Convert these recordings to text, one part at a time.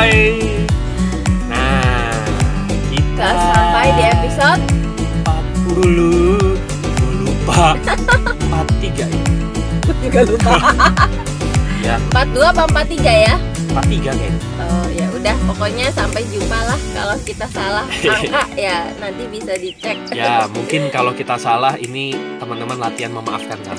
Bye. Nah, kita sampai di episode 40. Gue lupa. 43 ya. Gue juga lupa. Ya, 42 apa 43 ya? 43 kayaknya. Oh ya udah, pokoknya sampai jumpa lah. Kalau kita salah angka ya nanti bisa dicek. Ya, mungkin kalau kita salah ini teman-teman latihan memaafkan kami.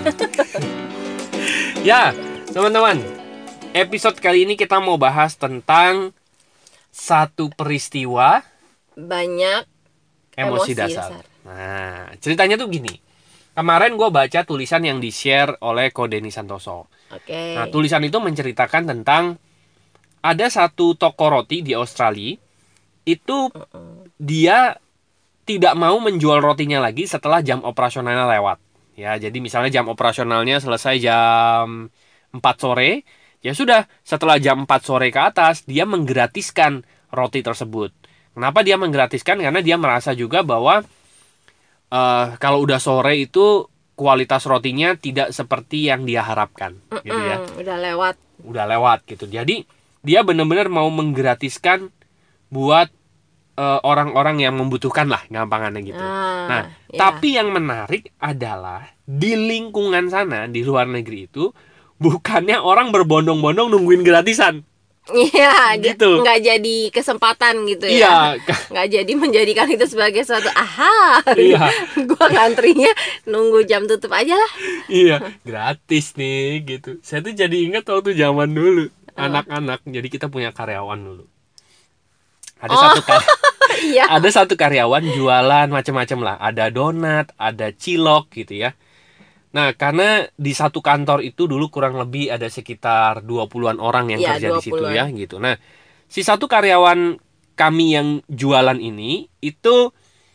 Ya, teman-teman, episode kali ini kita mau bahas tentang satu peristiwa Banyak emosi dasar. Nah, ceritanya tuh gini. Kemarin gue baca tulisan yang di-share oleh Ko Denny Santoso. Oke. Nah, tulisan itu menceritakan tentang ada satu toko roti di Australia. Itu dia tidak mau menjual rotinya lagi setelah jam operasionalnya lewat. Ya, jadi misalnya jam operasionalnya selesai jam 4 sore. Ya sudah, setelah jam 4 sore ke atas, dia menggratiskan roti tersebut. Kenapa dia menggratiskan? Karena dia merasa juga bahwa kalau udah sore itu kualitas rotinya tidak seperti yang dia harapkan, gitu ya. Udah lewat gitu. Jadi dia benar-benar mau menggratiskan buat orang-orang yang membutuhkan lah, gampangannya gitu. Nah, ya. Tapi yang menarik adalah di lingkungan sana, di luar negeri itu bukannya orang berbondong-bondong nungguin gratisan. Iya, gitu. Nggak jadi kesempatan gitu ya. Iya. Nggak jadi menjadikan itu sebagai suatu Iya. Gua ngantrinya nunggu jam tutup aja lah. Iya, gratis nih gitu. Saya tuh jadi ingat waktu zaman dulu, anak-anak. Jadi kita punya karyawan dulu. Ada satu karyawan jualan macam-macam lah. Ada donat, ada cilok gitu ya. Nah, karena di satu kantor itu dulu kurang lebih ada sekitar 20-an orang yang kerja 20-an. di situ ya gitu. Nah, si satu karyawan kami yang jualan ini itu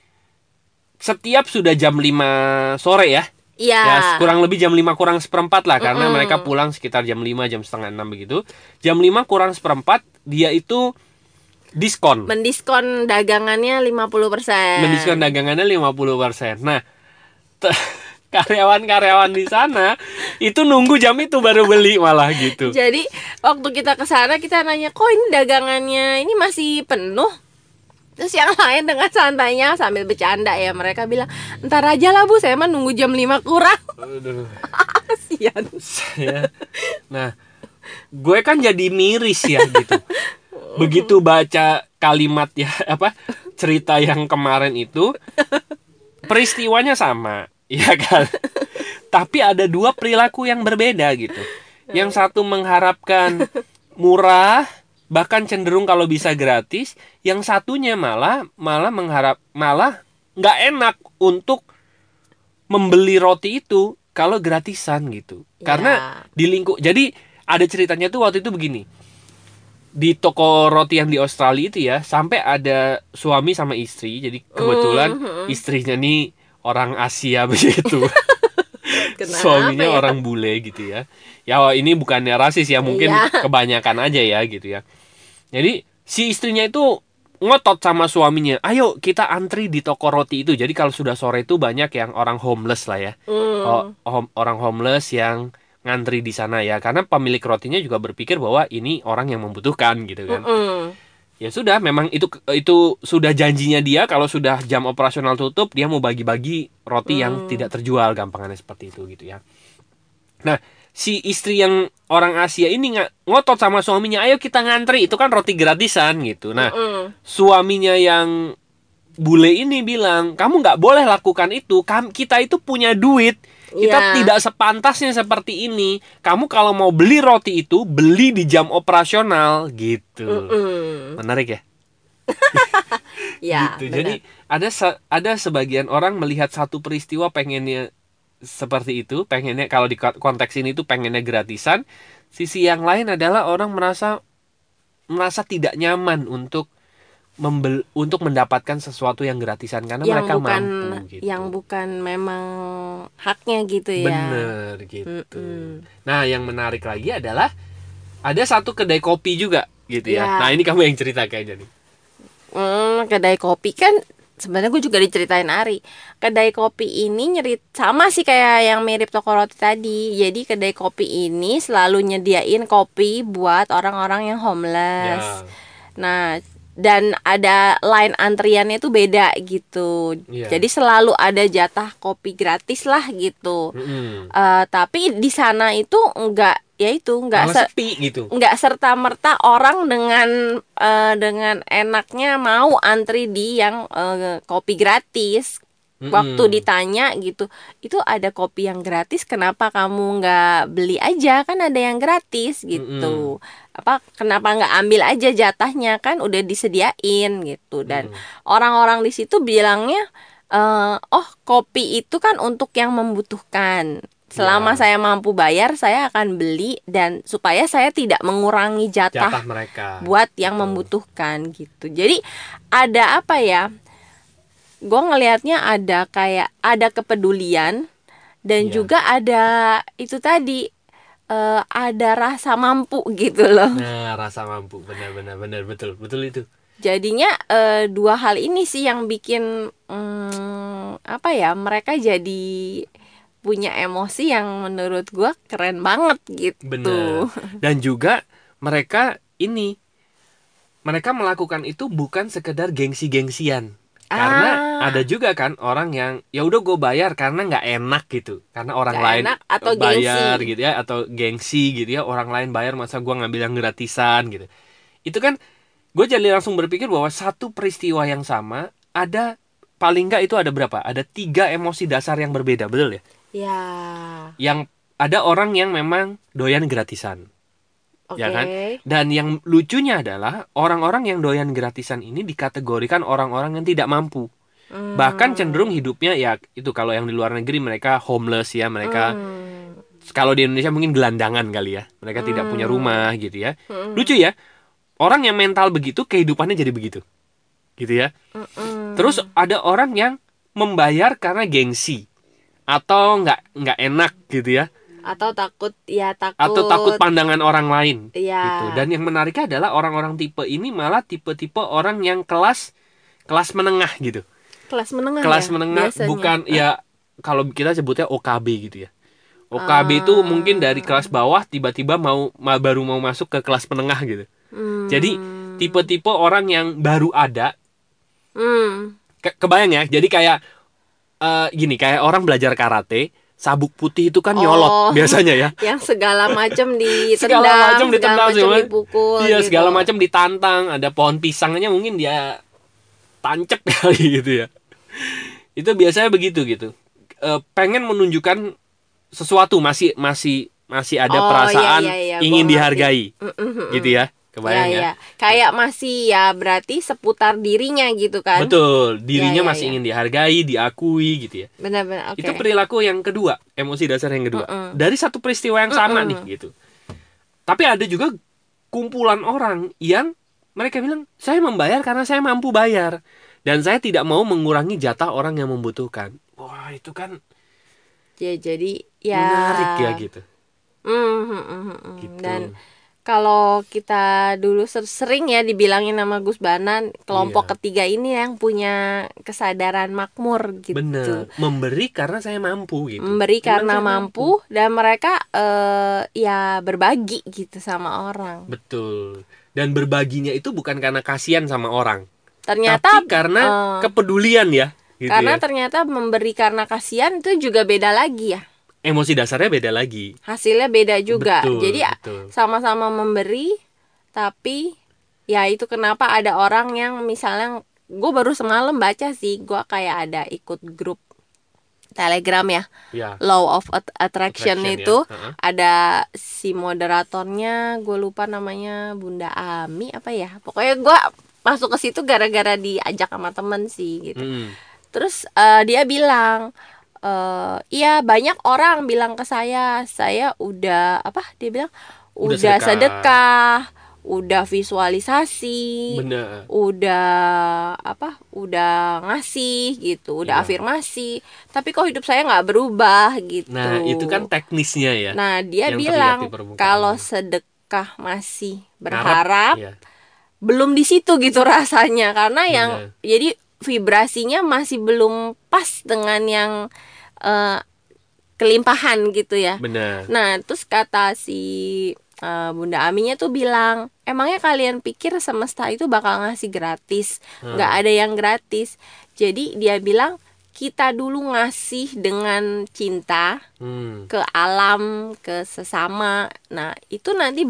setiap sudah jam 5 sore ya. Ya, kurang lebih jam 5 kurang seperempat lah. Karena mereka pulang sekitar jam 5, jam setengah 6 begitu. Jam 5 kurang seperempat dia itu diskon. Mendiskon dagangannya 50%. Mendiskon dagangannya 50%. Nah, karyawan-karyawan di sana itu nunggu jam itu baru beli malah gitu. Jadi waktu kita ke sana kita nanya, "Kok ini dagangannya ini masih penuh?" Terus yang lain dengan santainya sambil bercanda ya, mereka bilang, "Ntar aja lah Bu, saya mah nunggu jam 5 kurang." Aduh. Kasihan. Nah, gue kan jadi miris ya gitu. Begitu baca kalimat ya cerita yang kemarin itu, peristiwanya sama, ya kan? Tapi ada dua perilaku yang berbeda gitu. Yang satu mengharapkan murah, bahkan cenderung kalau bisa gratis. Yang satunya malah nggak enak untuk membeli roti itu kalau gratisan gitu. Karena jadi ada ceritanya tuh waktu itu begini. Di toko roti yang di Australia itu ya, sampai ada suami sama istri. Jadi kebetulan istrinya nih orang Asia begitu. Suaminya orang bule gitu ya. Ya ini bukannya rasis ya, mungkin kebanyakan aja ya gitu ya. Jadi si istrinya itu ngotot sama suaminya, "Ayo kita antri di toko roti itu." Jadi kalau sudah sore itu banyak yang orang homeless lah ya. Orang homeless yang ngantri di sana ya, karena pemilik rotinya juga berpikir bahwa ini orang yang membutuhkan gitu kan. Ya sudah, memang itu sudah janjinya dia, kalau sudah jam operasional tutup dia mau bagi-bagi roti yang tidak terjual, gampangannya seperti itu gitu ya. Nah, si istri yang orang Asia ini ngotot sama suaminya, "Ayo kita ngantri, itu kan roti gratisan" gitu. Nah, suaminya yang bule ini bilang, "Kamu nggak boleh lakukan itu, kita itu punya duit. Kita tidak sepantasnya seperti ini. Kamu kalau mau beli roti itu, beli di jam operasional," gitu. Menarik ya? Ya, gitu. Jadi ada sebagian orang melihat satu peristiwa pengennya seperti itu, pengennya kalau di konteks ini tuh pengennya gratisan. Sisi yang lain adalah orang merasa tidak nyaman untuk mendapatkan sesuatu yang gratisan karena mereka mampu gitu. Yang bukan memang haknya gitu ya. Bener gitu. Nah, yang menarik lagi adalah ada satu kedai kopi juga gitu ya. Nah, ini kamu yang cerita kayaknya nih. Kedai kopi kan sebenarnya gue juga diceritain Ari. Kedai kopi ini sama sih kayak yang mirip toko roti tadi. Jadi kedai kopi ini selalu nyediain kopi buat orang-orang yang homeless. Nah, dan ada line antriannya itu beda gitu. Jadi selalu ada jatah kopi gratis lah gitu. Tapi di sana itu enggak sepi gitu. Enggak serta merta orang dengan enaknya mau antri di yang kopi gratis. Waktu ditanya gitu, itu ada kopi yang gratis, kenapa kamu nggak beli aja, kan ada yang gratis gitu. Kenapa nggak ambil aja jatahnya, kan udah disediain gitu. Dan orang-orang di situ bilangnya, oh kopi itu kan untuk yang membutuhkan. Selama saya mampu bayar, saya akan beli, dan supaya saya tidak mengurangi jatah mereka buat yang membutuhkan gitu. Jadi ada apa ya? Gue ngelihatnya ada kepedulian, dan juga ada itu tadi, ada rasa mampu gitu loh. Nah, rasa mampu, benar betul itu. Jadinya dua hal ini sih yang bikin mereka jadi punya emosi yang menurut gue keren banget gitu. Bener. Dan juga mereka melakukan itu bukan sekedar gengsi-gengsian. Karena ada juga kan orang yang ya udah gue bayar karena nggak enak gitu, karena orang lain atau bayar gengsi. gitu ya, atau gengsi gitu ya, orang lain bayar masa gue ngambil yang gratisan gitu. Itu kan gue jadi langsung berpikir bahwa satu peristiwa yang sama ada paling nggak itu ada berapa? Ada 3 emosi dasar yang berbeda, betul ya? Ya. Yang ada orang yang memang doyan gratisan. Ya kan? Dan yang lucunya adalah orang-orang yang doyan gratisan ini dikategorikan orang-orang yang tidak mampu. Bahkan cenderung hidupnya ya itu, kalau yang di luar negeri mereka homeless ya, mereka kalau di Indonesia mungkin gelandangan kali ya. Mereka tidak punya rumah gitu ya. Lucu ya. Orang yang mental begitu kehidupannya jadi begitu. Gitu ya. Terus ada orang yang membayar karena gengsi atau nggak enak gitu ya. Atau takut pandangan orang lain gitu. Ya. Dan yang menariknya adalah orang-orang tipe ini malah tipe-tipe orang yang kelas menengah gitu. Kelas menengah biasanya. Bukan ya, kalau kita sebutnya OKB gitu ya. OKB itu mungkin dari kelas bawah tiba-tiba baru mau masuk ke kelas menengah gitu. Jadi tipe-tipe orang yang baru ada. Kebayang ya. Jadi kayak gini, kayak orang belajar karate, sabuk putih itu kan nyolot biasanya ya. Yang segala macam ditendang, segala macam dipukul. Iya, gitu. segala macam ditantang. Ada pohon pisangnya mungkin dia tancep kali gitu ya. Itu biasanya begitu gitu. Pengen menunjukkan sesuatu, masih ada perasaan ingin dihargai. Gitu ya. Kebayang ya. Kayak masih ya berarti seputar dirinya gitu kan. Betul, dirinya masih ingin dihargai, diakui gitu ya. Benar-benar. Itu perilaku yang kedua, emosi dasar yang kedua. Dari satu peristiwa yang sama nih gitu. Tapi ada juga kumpulan orang yang mereka bilang, saya membayar karena saya mampu bayar, dan saya tidak mau mengurangi jatah orang yang membutuhkan. Wah, itu kan ya jadi ya menarik ya gitu. Gitu. Dan kalau kita dulu sering ya dibilangin sama Gus Banan, kelompok ketiga ini yang punya kesadaran makmur gitu. Bener, memberi karena saya mampu gitu. Memberi karena mampu, dan mereka ya berbagi gitu sama orang. Betul. Dan berbaginya itu bukan karena kasihan sama orang. Ternyata tapi karena kepedulian ya. Gitu karena ya. Ternyata memberi karena kasihan itu juga beda lagi ya. Emosi dasarnya beda lagi. Hasilnya beda juga. Betul, jadi sama-sama memberi, tapi ya itu kenapa ada orang yang misalnya, gue baru semalam baca sih, gue kayak ada ikut grup Telegram ya, Law of Attraction itu ya. Ada si moderatornya, gue lupa namanya, Bunda Ami apa ya, pokoknya gue masuk ke situ gara-gara diajak sama temen sih gitu. Terus dia bilang, iya banyak orang bilang ke saya udah dia bilang udah sedekah, udah visualisasi, bener. udah ngasih gitu, udah afirmasi, tapi kok hidup saya nggak berubah gitu. Nah itu kan teknisnya ya. Nah dia bilang kalau sedekah masih berharap, belum di situ gitu rasanya, karena yang jadi vibrasinya masih belum pas dengan yang kelimpahan gitu ya. Benar. Nah terus kata si Bunda Aminya tuh bilang, emangnya kalian pikir semesta itu bakal ngasih gratis? Nggak ada yang gratis. Jadi dia bilang kita dulu ngasih dengan cinta ke alam, ke sesama. Nah itu nanti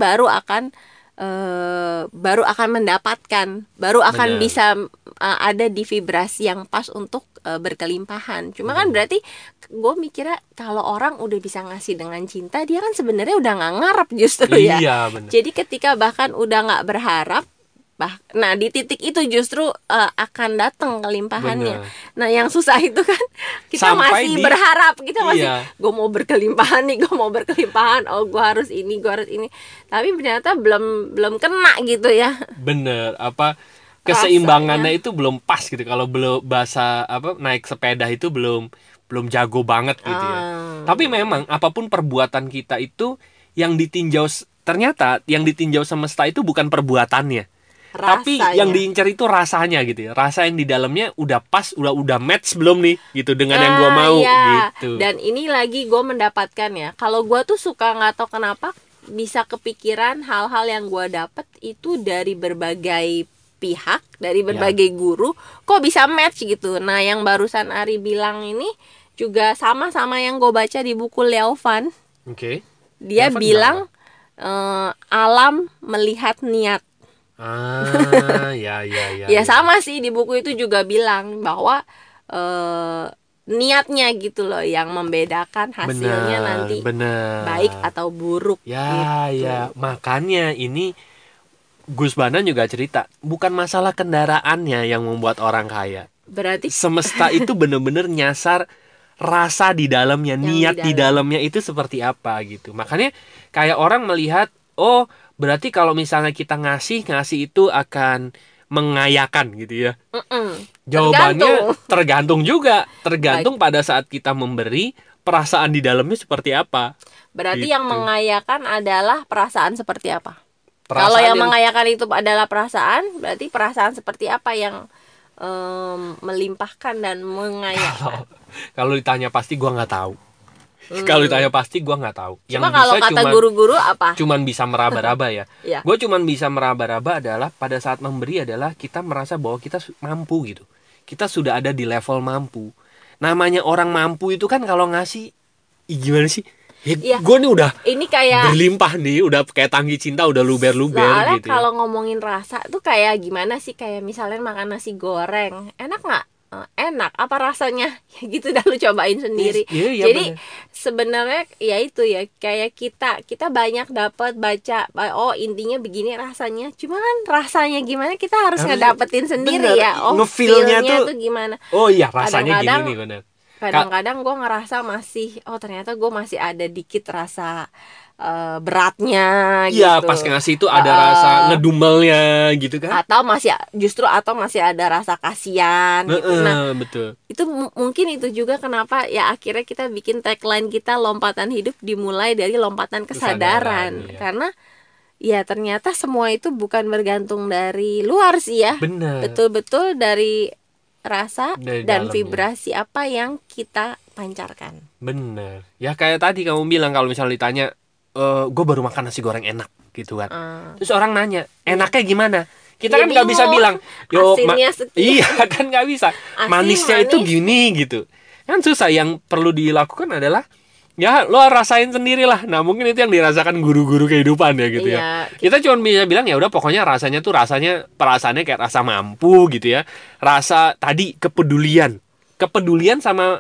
baru akan mendapatkan, baru akan Benar. bisa ada di vibrasi yang pas untuk berkelimpahan. Cuma kan berarti gue mikirnya kalau orang udah bisa ngasih dengan cinta, dia kan sebenarnya udah nggak ngarep justru ya. Iya, benar. Jadi ketika bahkan udah nggak berharap, nah di titik itu justru akan datang kelimpahannya. Benar. Nah yang susah itu kan kita Sampai masih berharap, kita masih Iya. gue mau berkelimpahan nih, gue mau berkelimpahan, oh gue harus ini, gue harus ini. Tapi ternyata belum kena gitu ya. Bener, apa keseimbangannya itu belum pas gitu. Kalau belum bahasa apa naik sepeda itu belum jago banget gitu ya. Tapi memang apapun perbuatan kita itu yang ditinjau ternyata yang ditinjau semesta itu bukan perbuatannya. Tapi Rasanya. yang diincar itu rasanya gitu ya. Rasa yang di dalamnya udah pas, udah match belum nih gitu dengan yang gua mau iya. gitu. Dan ini lagi gue mendapatkan ya, kalau gue tuh suka nggak tahu kenapa bisa kepikiran hal-hal yang gue dapet itu dari berbagai pihak, dari berbagai guru, kok bisa match gitu. Nah yang barusan Ari bilang ini juga sama yang gue baca di buku Leovan. Oke. Dia Leovan bilang alam melihat niat. Ya. Ya sama sih, di buku itu juga bilang bahwa niatnya gitu loh yang membedakan hasilnya nanti bener. baik atau buruk Ya, gitu. ya, makanya ini Gus Banan juga cerita, bukan masalah kendaraannya yang membuat orang kaya. Berarti Semesta itu bener-bener nyasar rasa di dalamnya, Yang niat di di dalam. dalamnya itu seperti apa gitu. Makanya kayak orang melihat, oh berarti kalau misalnya kita ngasih itu akan mengayakan gitu ya. Jawabannya tergantung juga, tergantung pada saat kita memberi, perasaan di dalamnya seperti apa. Berarti Gitu. yang mengayakan adalah perasaan seperti apa? Perasaan Kalau yang yang- mengayakan itu adalah perasaan, berarti perasaan seperti apa yang melimpahkan dan mengayakan? Kalau ditanya pasti gua nggak tahu. Kalau ditanya pasti gua nggak tahu. Cuma kalau kata guru-guru apa? Cuman bisa meraba-raba ya. Iya. Gue cuman bisa meraba-raba adalah pada saat memberi adalah kita merasa bahwa kita mampu gitu. Kita sudah ada di level mampu. Namanya orang mampu itu kan kalau ngasih, gimana sih? Iya. Gue nih udah Ini kayak berlimpah nih, udah kayak tangki cinta, udah luber-luber soalnya gitu. kalau ngomongin rasa tuh kayak gimana sih? Kayak misalnya makan nasi goreng, enak nggak? Enak. Apa rasanya? Ya gitu, dah lu cobain sendiri. Iya, Jadi bener. sebenarnya ya itu ya, kayak kita banyak dapat baca, oh intinya begini rasanya. Cuma kan rasanya gimana kita harus ngedapetin sendiri bener, ya. Oh ngefeel-nya feel-nya tuh- tuh gimana? Oh iya rasanya Kadang-kadang gini nih bener. Kadang-kadang gue ngerasa masih, oh ternyata gue masih ada dikit rasa beratnya Iya gitu. pas ngasih itu ada rasa ngedumelnya gitu kan. Atau masih ada rasa kasihan gitu. Nah Betul. itu mungkin itu juga kenapa ya akhirnya kita bikin tagline kita, lompatan hidup dimulai dari lompatan kesadaran. Iya. Karena ya ternyata semua itu bukan bergantung dari luar sih ya. Bener. Betul-betul dari rasa Dari dan dalamnya. vibrasi apa yang kita pancarkan. Bener. Ya kayak tadi kamu bilang kalau misalnya ditanya, gue baru makan nasi goreng enak gitu kan. Terus orang nanya, enaknya gimana? Kita Ya kan nggak bisa bingung. bilang, yo Asinnya sekian. iya kan nggak bisa. Manisnya manis. itu gini gitu. Kan susah. Yang perlu dilakukan adalah ya lo rasain sendirilah. Nah mungkin itu yang dirasakan guru-guru kehidupan ya gitu ya. Kita cuma bisa bilang ya udah pokoknya rasanya tuh perasaannya kayak rasa mampu gitu ya. Rasa tadi kepedulian sama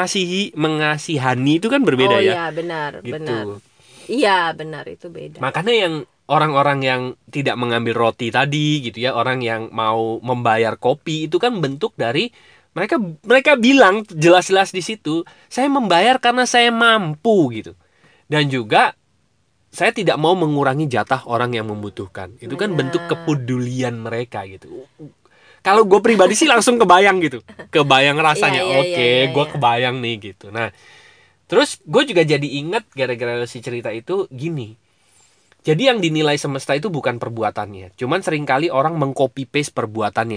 mengasihani itu kan berbeda ya. Oh iya benar, Gitu. benar. Iya benar, itu beda. Makanya yang orang-orang yang tidak mengambil roti tadi gitu ya, orang yang mau membayar kopi itu kan bentuk dari mereka bilang jelas-jelas di situ, saya membayar karena saya mampu gitu. Dan juga saya tidak mau mengurangi jatah orang yang membutuhkan. Itu kan bentuk kepedulian mereka gitu. Kalau gue pribadi sih langsung kebayang gitu. Kebayang rasanya. Iya, Gue kebayang nih gitu. Nah, terus gue juga jadi inget gara-gara si cerita itu gini. Jadi yang dinilai semesta itu bukan perbuatannya. Cuman seringkali orang meng-copy paste perbuatannya kan.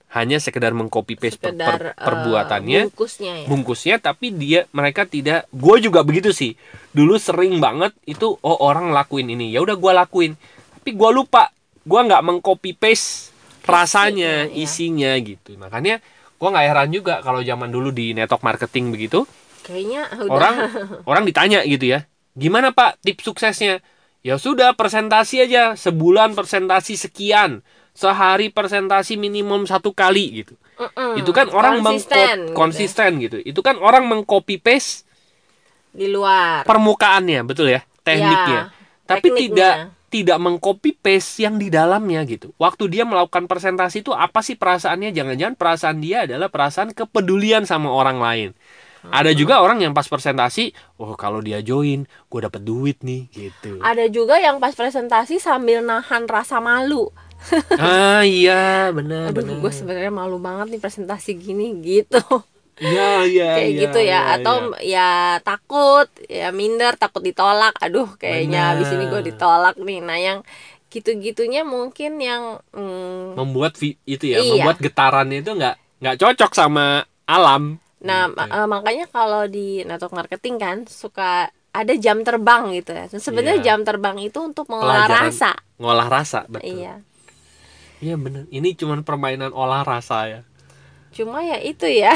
hanya sekedar mengcopy paste perbuatannya, bungkusnya, tapi mereka tidak. Gue juga begitu sih. Dulu sering banget itu, orang lakuin ini, ya udah gue lakuin. Tapi gue lupa, gue nggak mengcopy paste rasanya, isinya gitu. Makanya gue nggak heran juga kalau zaman dulu di network marketing begitu. Kayaknya udah. Orang ditanya gitu ya, gimana Pak tips suksesnya? Ya sudah, presentasi aja, sebulan presentasi sekian, sehari presentasi minimum 1 kali gitu. Itu kan orang konsisten gitu. Itu kan orang mengcopy paste di luar permukaannya, betul ya, tekniknya. Tapi tekniknya. tidak mengcopy paste yang di dalamnya gitu. Waktu dia melakukan presentasi itu apa sih perasaannya? Jangan-jangan perasaan dia adalah perasaan kepedulian sama orang lain. Ada juga orang yang pas presentasi, kalau dia join, gue dapet duit nih, gitu. Ada juga yang pas presentasi sambil nahan rasa malu. Iya, benar. Aduh, gue sebenarnya malu banget nih presentasi gini, gitu. Iya. Kayak gitu ya, atau ya takut, ya minder, takut ditolak. Aduh, kayaknya abis ini gue ditolak nih. Nah, yang gitu-gitunya mungkin yang membuat itu ya, membuat getarannya itu nggak cocok sama alam. Nah, makanya kalau di network marketing kan suka ada jam terbang gitu ya. Sebenarnya jam terbang itu untuk mengolah rasa. Ngolah rasa, betul. Iya, bener. Ini cuma permainan olah rasa ya. Cuma ya itu ya.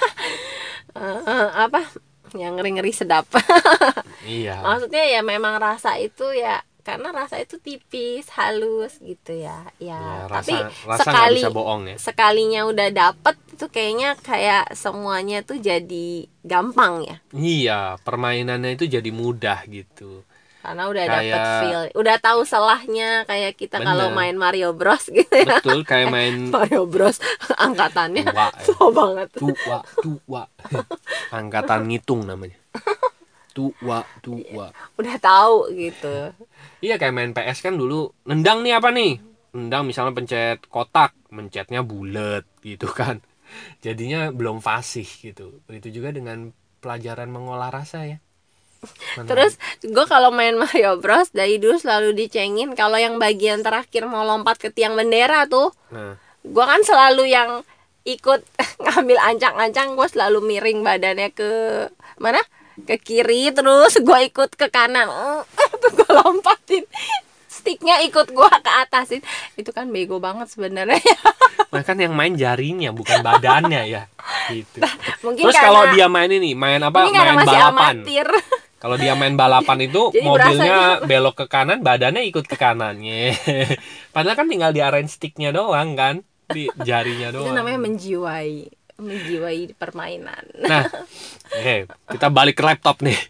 Apa? Yang ngeri-ngeri sedap. Iya. Maksudnya ya memang rasa itu ya, karena rasa itu tipis, halus gitu ya. Tapi rasa nggak bisa bohong ya. Sekalinya udah dapet itu kayaknya kayak semuanya tuh jadi gampang ya. Iya, permainannya itu jadi mudah gitu. Karena udah dapet feel, udah tahu salahnya, kayak kita kalau main Mario Bros gitu ya. Betul, kayak main Mario Bros angkatannya tua banget. Tua. Angkatan ngitung namanya. Tua. Udah tahu gitu. Iya, kayak main PS kan dulu, nendang nih apa nih? Nendang misalnya pencet kotak, mencetnya bulat gitu kan. Jadinya belum fasih gitu. Begitu juga dengan pelajaran mengolah rasa ya. Terus gue kalau main Mario Bros dari dulu selalu dicengin kalau yang bagian terakhir mau lompat ke tiang bendera tuh. Gue kan selalu yang ikut ngambil ancang-ancang, gue selalu miring badannya ke mana? Ke kiri, terus gue ikut ke kanan. Tuh gue lompatin. Sticknya ikut gue ke atasin. Itu kan bego banget sebenarnya. Nah, kan yang main jarinya bukan badannya ya. Gitu. Nah, terus kalau dia main balapan. Kalau dia main balapan itu mobilnya belok ke kanan, badannya ikut ke kanannya. Padahal kan tinggal di-arrange sticknya doang kan, di jarinya doang. Itu namanya menjiwai permainan. Nah, kita balik ke laptop nih.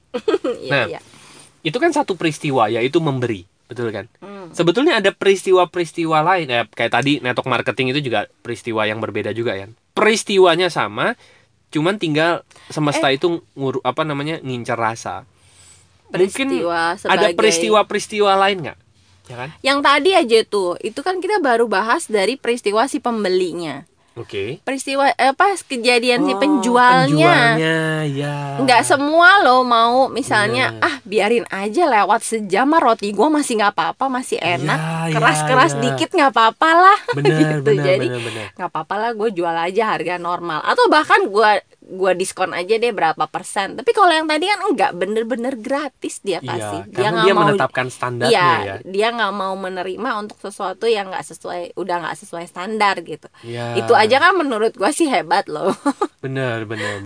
Itu kan satu peristiwa, yaitu memberi, betul kan? Sebetulnya ada peristiwa-peristiwa lain ya, kayak tadi network marketing itu juga peristiwa yang berbeda juga ya. Peristiwanya sama, cuman tinggal semesta itu ngincer rasa. Mungkin ada peristiwa-peristiwa lain nggak? Ya kan? Yang tadi aja tuh, itu kan kita baru bahas dari peristiwa si pembelinya. Peristiwa kejadian si penjualnya ya. Nggak semua lo mau misalnya biarin aja lewat sejam mah roti gue masih nggak apa-apa, masih enak, keras dikit nggak apa-apa lah. Gitu. Jadi nggak apa-apa lah, gue jual aja harga normal, atau bahkan gue diskon aja deh berapa persen. Tapi kalau yang tadi kan enggak, bener-bener gratis dia kasih. Karena dia menetapkan standarnya ya. Dia nggak mau menerima untuk sesuatu yang udah nggak sesuai standar gitu. Itu aja kan menurut gue sih hebat loh. Bener.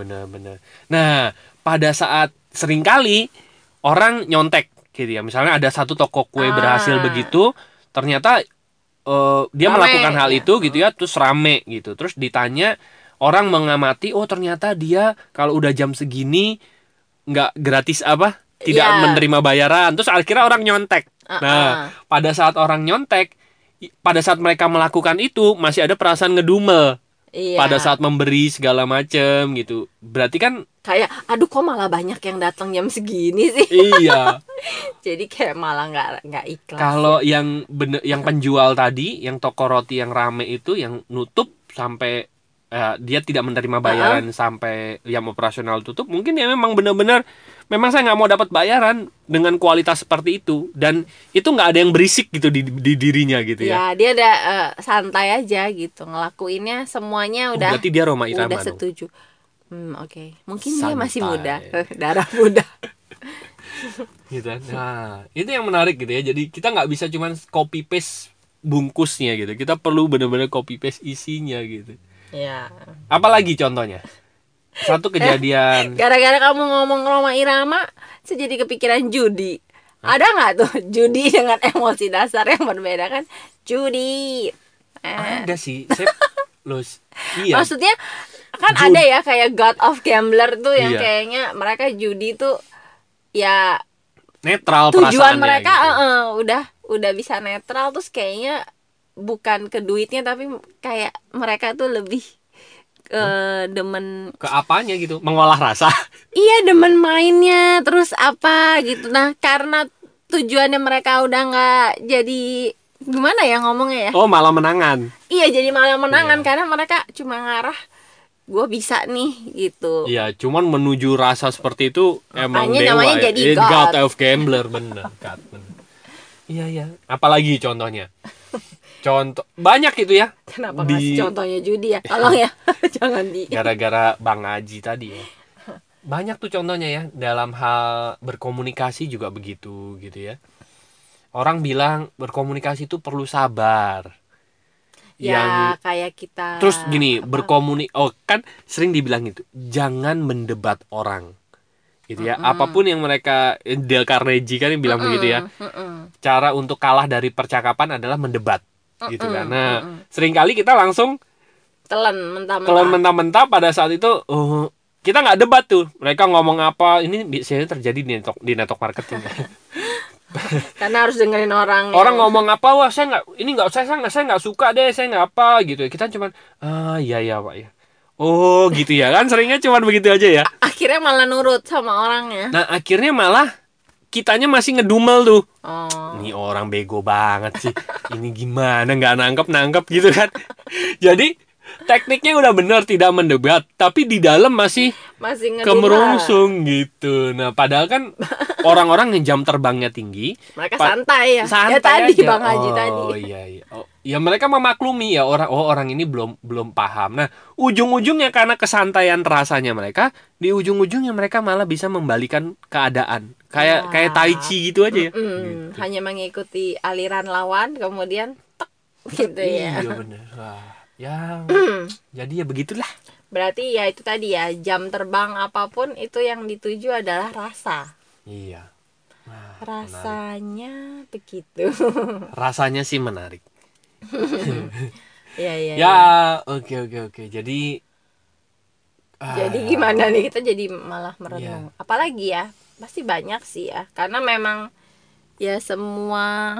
Nah, pada saat seringkali orang nyontek gitu ya. Misalnya ada satu toko kue berhasil begitu, ternyata dia melakukan hal itu gitu ya, terus rame gitu. Terus ditanya, orang mengamati, ternyata dia kalau udah jam segini nggak gratis tidak menerima bayaran. Terus akhirnya orang nyontek. Nah, pada saat orang nyontek, pada saat mereka melakukan itu masih ada perasaan ngedumel. Pada saat memberi segala macem gitu. Berarti kan kayak aduh kok malah banyak yang datang jam segini sih. Iya. Jadi kayak malah nggak ikhlas. Kalau yang penjual tadi, yang toko roti yang rame itu, yang nutup sampai dia tidak menerima bayaran sampai jam operasional tutup, mungkin dia memang benar-benar memang saya nggak mau dapat bayaran dengan kualitas seperti itu, dan itu nggak ada yang berisik gitu di dirinya gitu ya. Ya dia ada santai aja gitu ngelakuinnya, semuanya Oh, udah berarti dia Roma Irama udah dong. setuju. Oke. Mungkin dia masih Santai. muda, darah muda. Gitu kan. Nah, itu yang menarik gitu ya. Jadi kita nggak bisa cuman copy paste bungkusnya gitu. Kita perlu benar-benar copy paste isinya gitu. Ya. Apalagi contohnya? Satu kejadian. Gara-gara kamu ngomong Roma Irama, saya jadi kepikiran judi. Ada nggak tuh judi dengan emosi dasar yang berbeda kan? Judi. Ada sih. Iya. Maksudnya kan ada ya kayak God of Gambler tuh yang Iya. kayaknya mereka judi tuh ya Netral tujuan perasaannya mereka gitu. udah bisa netral, terus kayaknya bukan ke duitnya tapi kayak mereka tuh lebih demen Ke apanya gitu? Mengolah rasa. iya demen mainnya terus apa gitu. Nah karena tujuannya mereka udah nggak jadi gimana ya ngomongnya ya, Oh, malah menangan. iya jadi malah menangan Iya. karena mereka cuma ngarah gue bisa nih gitu. Iya, cuman menuju rasa seperti itu emang Makanya dewa namanya ya. jadi God God. of Gambler, bener, God, bener. Iya, iya. Apalagi contohnya? Contoh banyak itu ya. Kenapa ngasih contohnya judi ya? Tolong ya, jangan di. Gara-gara Bang Aji tadi ya. Banyak tuh contohnya ya, dalam hal berkomunikasi juga begitu gitu ya. Orang bilang berkomunikasi itu perlu sabar. Ya kayak kita. Terus gini, kan sering dibilang gitu, jangan mendebat orang. Gitu ya. Apapun yang mereka, Dale Carnegie kan yang bilang begitu ya. Cara untuk kalah dari percakapan adalah mendebat. Gitu kan. Nah, seringkali kita langsung telan mentah-mentah pada saat itu. Kita nggak debat tuh, mereka ngomong apa, ini biasanya terjadi di network marketing. Karena harus dengerin orang Ngomong apa, wah saya nggak suka deh, saya nggak apa gitu. Kita cuman iya ya Pak ya, oh gitu ya kan, seringnya cuman begitu aja ya. akhirnya malah nurut sama orangnya. Nah akhirnya malah kitanya masih ngedumel tuh. Ini Oh. orang bego banget sih, ini gimana nggak nangkep gitu kan. Jadi tekniknya udah bener, tidak mendebat, tapi di dalam masih Masih ngedumel. kemerungsung gitu. Nah padahal kan orang-orang yang jam terbangnya tinggi, Mereka santai ya. Ya tadi aja. Bang Haji tadi. Oh iya. Oh, ya mereka memaklumi ya, orang ini belum paham. Nah, ujung-ujungnya karena kesantaian rasanya mereka, di ujung-ujungnya mereka malah bisa membalikan keadaan. Kayak tai chi gitu aja ya. Gitu. Hanya mengikuti aliran lawan kemudian tek gitu ya. Iya bener. Wah, ya jadi ya begitulah. Berarti ya itu tadi ya, jam terbang apapun itu yang dituju adalah rasa. Iya. Nah, rasanya menarik. Begitu. Rasanya sih menarik. Ya, oke. Jadi gimana nih, kita jadi malah merenung. Apalagi ya, pasti banyak sih ya. Karena memang ya semua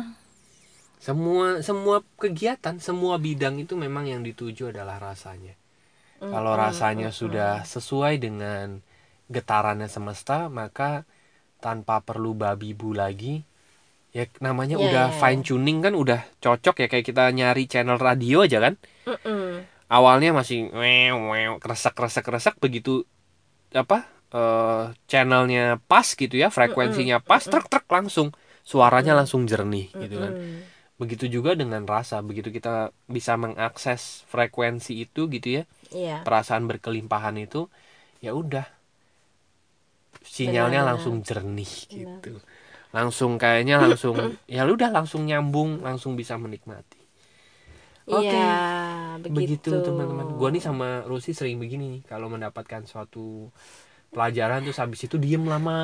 kegiatan, semua bidang itu memang yang dituju adalah rasanya. Kalau rasanya sudah sesuai dengan getarannya semesta, maka tanpa perlu babi bu lagi. Ya namanya udah fine tuning kan, udah cocok ya, kayak kita nyari channel radio aja kan. Awalnya masih kresek begitu channelnya pas gitu ya, frekuensinya pas, trek langsung suaranya langsung jernih gitu kan. Begitu juga dengan rasa, begitu kita bisa mengakses frekuensi itu gitu ya, perasaan berkelimpahan itu, ya udah sinyalnya langsung jernih gitu. Langsung kayaknya ya udah langsung nyambung, langsung bisa menikmati. Oke. Begitu teman-teman. Gua nih sama Rusi sering begini nih, kalau mendapatkan suatu pelajaran terus habis itu diem lama.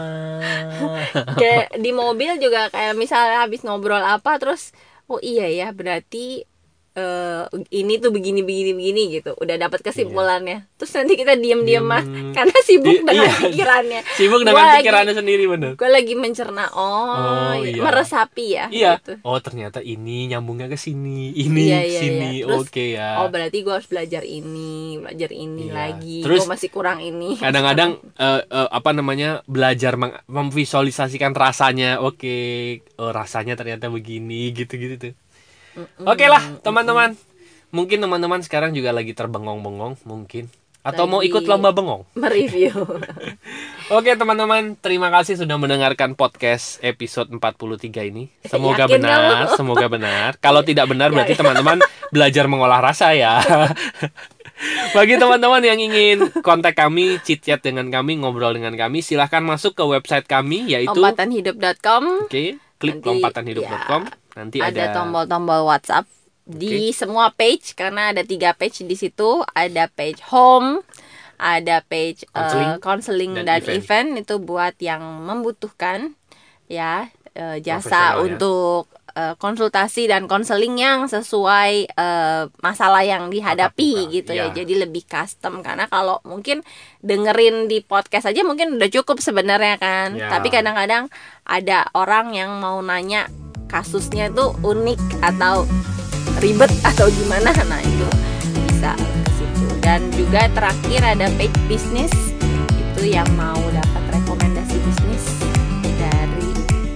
Kayak di mobil juga, kayak misalnya habis ngobrol apa terus oh iya ya berarti ini tuh begini gitu, udah dapat kesimpulannya. Terus nanti kita diem karena sibuk dengan pikirannya. Sibuk dengan pikirannya sendiri, bener. Gue lagi mencerna, meresapi ya. Gitu. Oh ternyata ini nyambungnya ke sini, ini sini. Terus, oke ya. Oh berarti gue harus belajar ini lagi. Terus gue masih kurang ini. Kadang-kadang belajar memvisualisasikan rasanya. Oke, rasanya ternyata begini gitu tuh. Oke lah teman-teman, Mungkin teman-teman sekarang juga lagi terbengong-bengong mungkin. Atau mau Lagi ikut lomba bengong. mereview. Oke teman-teman, terima kasih sudah mendengarkan podcast episode 43 ini. Semoga Yakin benar, kamu? semoga benar. Kalau tidak benar berarti Ya. teman-teman belajar mengolah rasa ya. Bagi teman-teman yang ingin kontak kami, chit-chat dengan kami, ngobrol dengan kami, silahkan masuk ke website kami yaitu Lompatanhidup.com. Oke, klik Nanti, lompatanhidup.com. Nanti ada ada tombol-tombol WhatsApp di semua page, karena ada 3 page di situ. Ada page home, ada page counseling dan event. Itu buat yang membutuhkan ya jasa Profesional, ya. untuk konsultasi dan konseling yang sesuai masalah yang dihadapi Tatap muka, gitu ya. ya. Jadi lebih custom, karena kalau mungkin dengerin di podcast aja mungkin udah cukup sebenarnya kan. Ya. Tapi kadang-kadang ada orang yang mau nanya kasusnya tuh unik atau ribet atau gimana, nah itu bisa ke situ. Dan juga terakhir ada page bisnis, itu yang mau dapat rekomendasi bisnis dari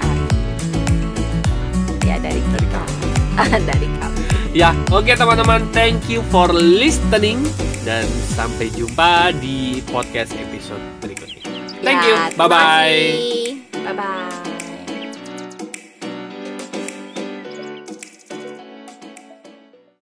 dari kita. Dari kamu. Ya, oke teman-teman, thank you for listening dan sampai jumpa di podcast episode berikutnya. Thank you. Bye bye. Bye bye.